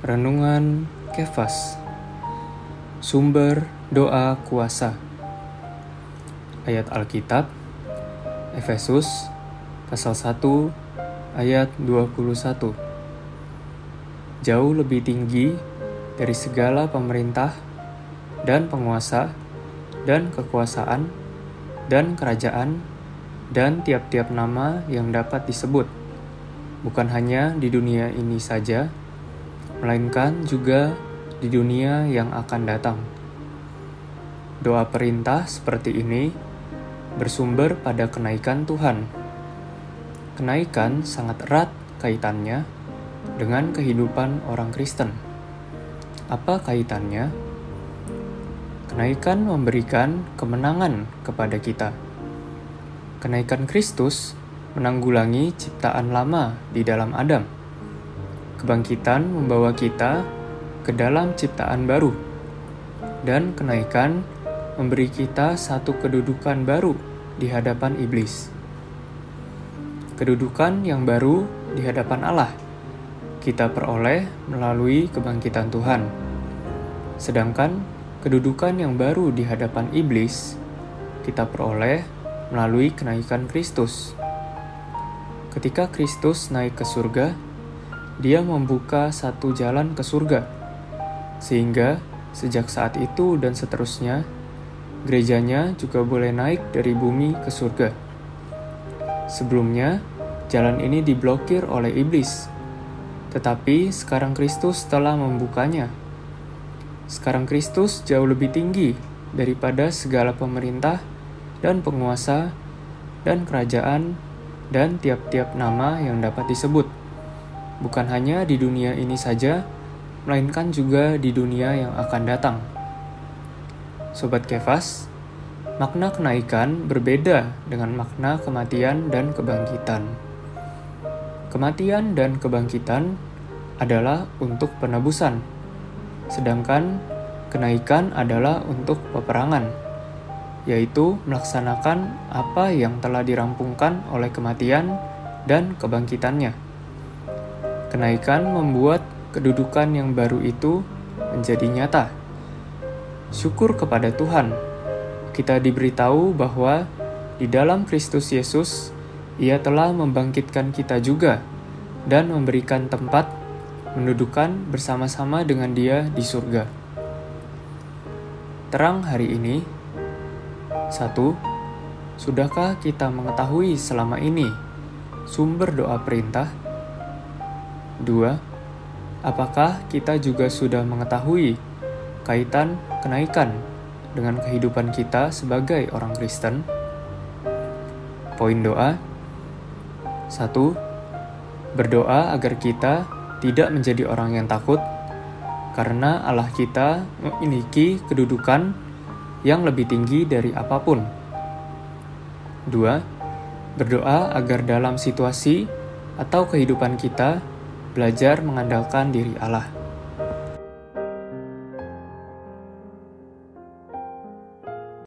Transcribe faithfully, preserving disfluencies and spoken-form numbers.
Renungan Kefas. Sumber doa kuasa. Ayat Alkitab Efesus pasal satu ayat dua puluh satu. Jauh lebih tinggi dari segala pemerintah dan penguasa dan kekuasaan dan kerajaan dan tiap-tiap nama yang dapat disebut, bukan hanya di dunia ini saja, melainkan juga di dunia yang akan datang. Doa perintah seperti ini bersumber pada kenaikan Tuhan. Kenaikan sangat erat kaitannya dengan kehidupan orang Kristen. Apa kaitannya? Kenaikan memberikan kemenangan kepada kita. Kenaikan Kristus menanggulangi ciptaan lama di dalam Adam. Kebangkitan membawa kita ke dalam ciptaan baru, dan kenaikan memberi kita satu kedudukan baru di hadapan iblis. Kedudukan yang baru di hadapan Allah kita peroleh melalui kebangkitan Tuhan. Sedangkan kedudukan yang baru di hadapan iblis kita peroleh melalui kenaikan Kristus. Ketika Kristus naik ke surga, Dia membuka satu jalan ke surga, sehingga sejak saat itu dan seterusnya, gerejanya juga boleh naik dari bumi ke surga. Sebelumnya, jalan ini diblokir oleh iblis, tetapi sekarang Kristus telah membukanya. Sekarang Kristus jauh lebih tinggi daripada segala pemerintah dan penguasa dan kerajaan dan tiap-tiap nama yang dapat disebut, bukan hanya di dunia ini saja, melainkan juga di dunia yang akan datang. Sobat Kefas, makna kenaikan berbeda dengan makna kematian dan kebangkitan. Kematian dan kebangkitan adalah untuk penebusan, sedangkan kenaikan adalah untuk peperangan, yaitu melaksanakan apa yang telah dirampungkan oleh kematian dan kebangkitannya. Kenaikan membuat kedudukan yang baru itu menjadi nyata. Syukur kepada Tuhan, kita diberitahu bahwa di dalam Kristus Yesus, Ia telah membangkitkan kita juga dan memberikan tempat mendudukan bersama-sama dengan Dia di surga. Terang hari ini. Satu, sudahkah kita mengetahui selama ini sumber doa perintah? Dua, apakah kita juga sudah mengetahui kaitan kenaikan dengan kehidupan kita sebagai orang Kristen? Poin doa. Satu, berdoa agar kita tidak menjadi orang yang takut, karena Allah kita memiliki kedudukan yang lebih tinggi dari apapun. Dua, berdoa agar dalam situasi atau kehidupan kita belajar mengandalkan diri Allah.